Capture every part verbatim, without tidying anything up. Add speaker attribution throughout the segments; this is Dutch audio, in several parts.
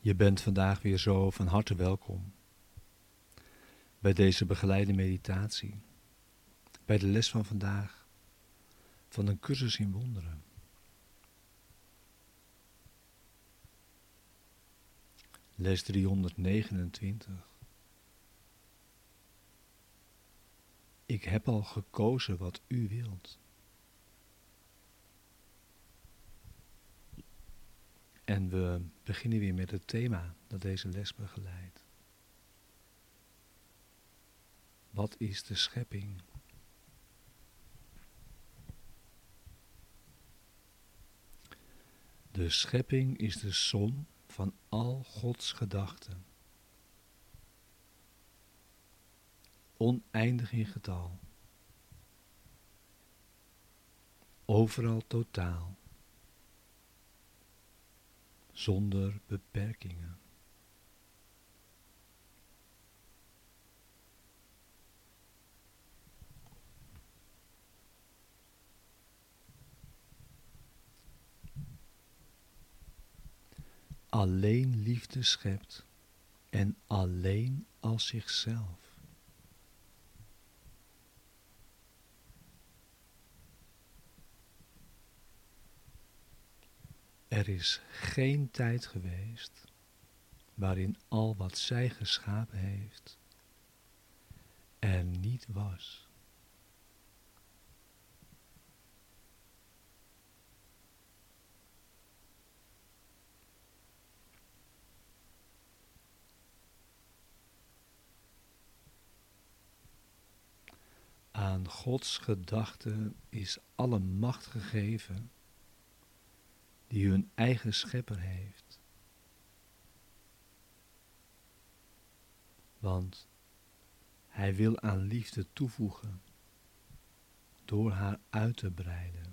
Speaker 1: Je bent vandaag weer zo van harte welkom bij deze begeleide meditatie, bij de les van vandaag van een cursus in wonderen. Les driehonderdnegenentwintig. Ik heb al gekozen wat u wilt. En we beginnen weer met het thema dat deze les begeleidt. Wat is de schepping? De schepping is de som van al Gods gedachten. Oneindig in getal. Overal totaal. Zonder beperkingen. Alleen liefde schept en alleen als zichzelf. Er is geen tijd geweest waarin al wat zij geschapen heeft er niet was. Aan Gods gedachten is alle macht gegeven die hun eigen schepper heeft. Want hij wil aan liefde toevoegen door haar uit te breiden.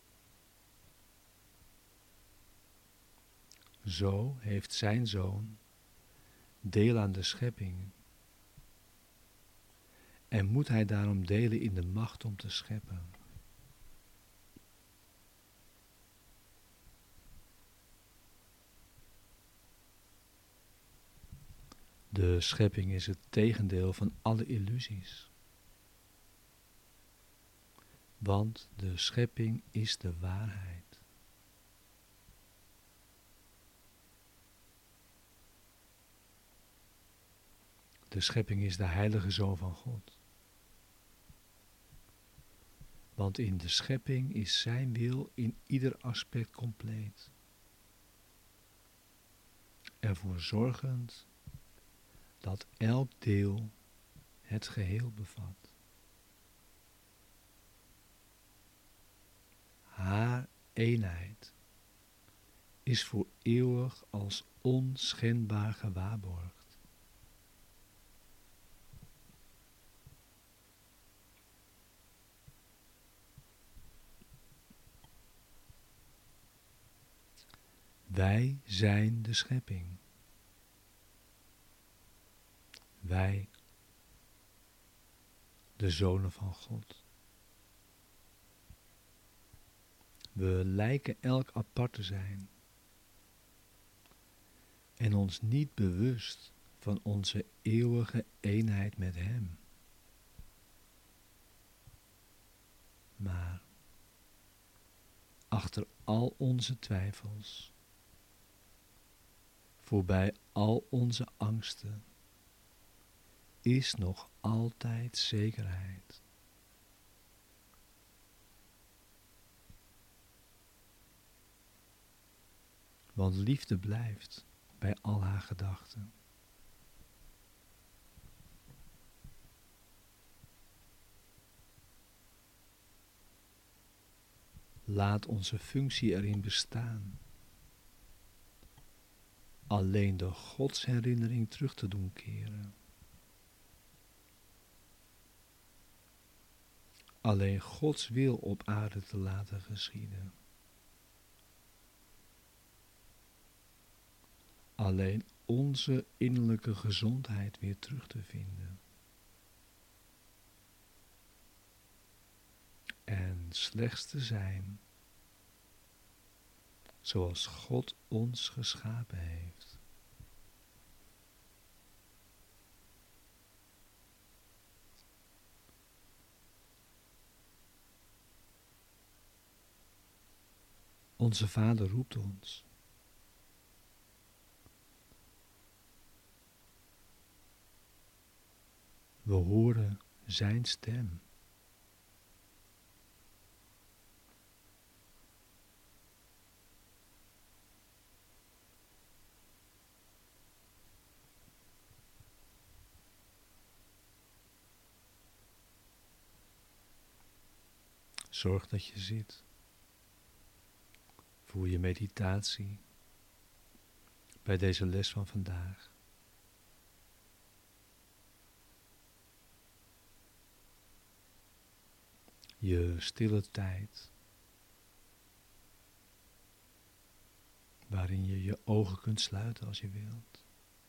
Speaker 1: Zo heeft zijn zoon deel aan de schepping en moet hij daarom delen in de macht om te scheppen. De schepping is het tegendeel van alle illusies. Want de schepping is de waarheid. De schepping is de heilige Zoon van God. Want in de schepping is zijn wil in ieder aspect compleet. Ervoor zorgend dat elk deel het geheel bevat. Haar eenheid is voor eeuwig als onschendbaar gewaarborgd. Wij zijn de schepping. Wij, de zonen van God. We lijken elk apart te zijn en ons niet bewust van onze eeuwige eenheid met Hem. Maar achter al onze twijfels, voorbij al onze angsten, is nog altijd zekerheid. Want liefde blijft bij al haar gedachten. Laat onze functie erin bestaan. Alleen de godsherinnering terug te doen keren. Alleen Gods wil op aarde te laten geschieden. Alleen onze innerlijke gezondheid weer terug te vinden. En slechts te zijn zoals God ons geschapen heeft. Onze Vader roept ons. We horen zijn stem. Zorg dat je zit. Voel je meditatie bij deze les van vandaag. Je stille tijd, waarin je je ogen kunt sluiten als je wilt.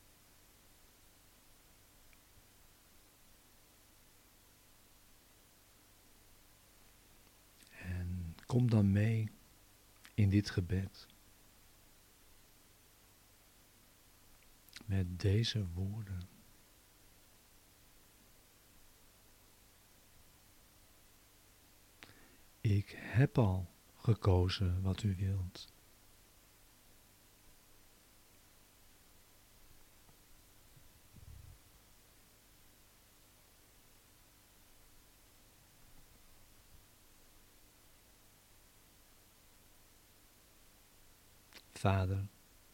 Speaker 1: En kom dan mee in dit gebed. Met deze woorden. Ik heb al gekozen wat u wilt. Vader,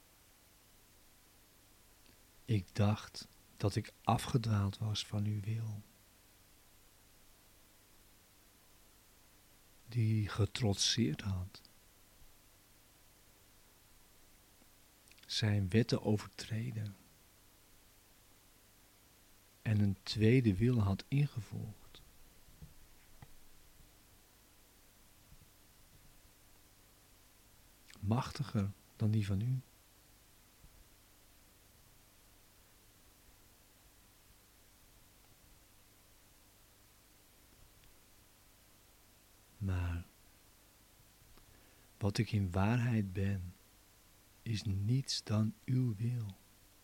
Speaker 1: ik dacht dat ik afgedwaald was van uw wil, die getrotseerd had, zijn wetten overtreden en een tweede wil had ingevolgd. Machtiger dan die van u. Maar wat ik in waarheid ben, is niets dan uw wil,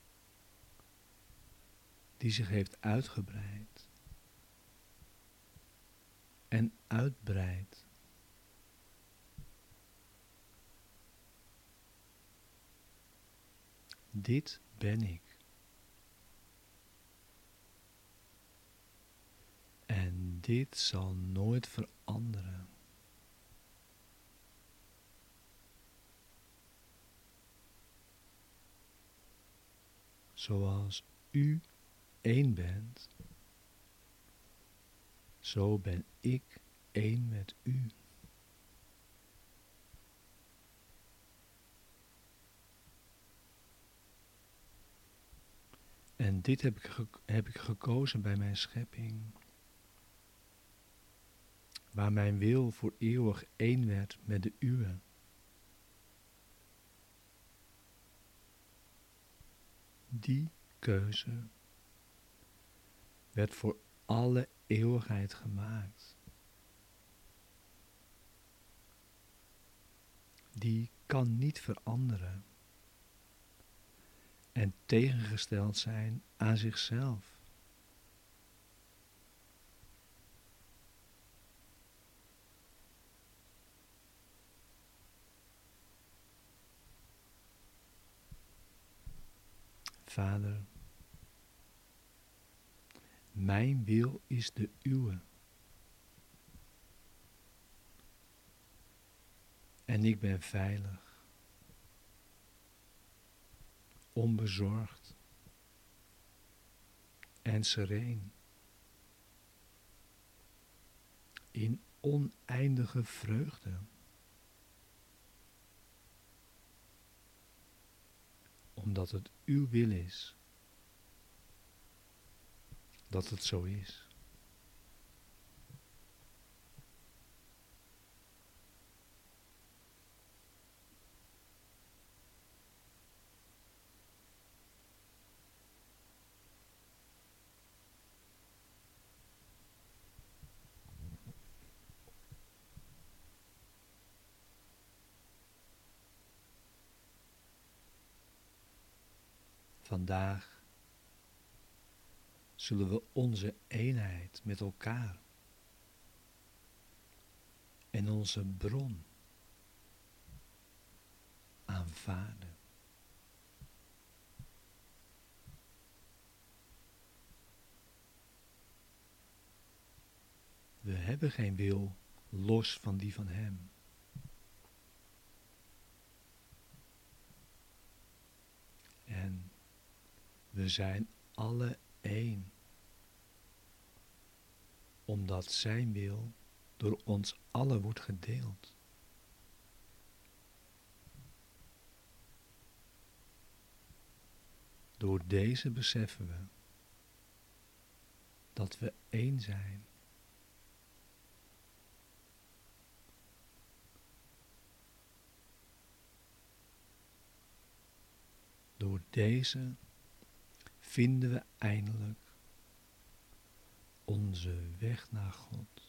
Speaker 1: die zich heeft uitgebreid en uitbreidt. Dit ben ik. En dit zal nooit veranderen. Zoals u één bent, zo ben ik één met u. En dit heb ik, ge- heb ik gekozen bij mijn schepping, waar mijn wil voor eeuwig één werd met de uwe. Die keuze werd voor alle eeuwigheid gemaakt. Die kan niet veranderen en tegengesteld zijn aan zichzelf. Vader, mijn wil is de uwe. En ik ben veilig, onbezorgd en sereen, in oneindige vreugde. Omdat het uw wil is, dat het zo is. Vandaag zullen we onze eenheid met elkaar en onze bron Vader. We hebben geen wil los van die van Hem. En we zijn alle één, omdat Zijn wil door ons allen wordt gedeeld. Door deze beseffen we dat we één zijn. Door deze vinden we eindelijk onze weg naar God.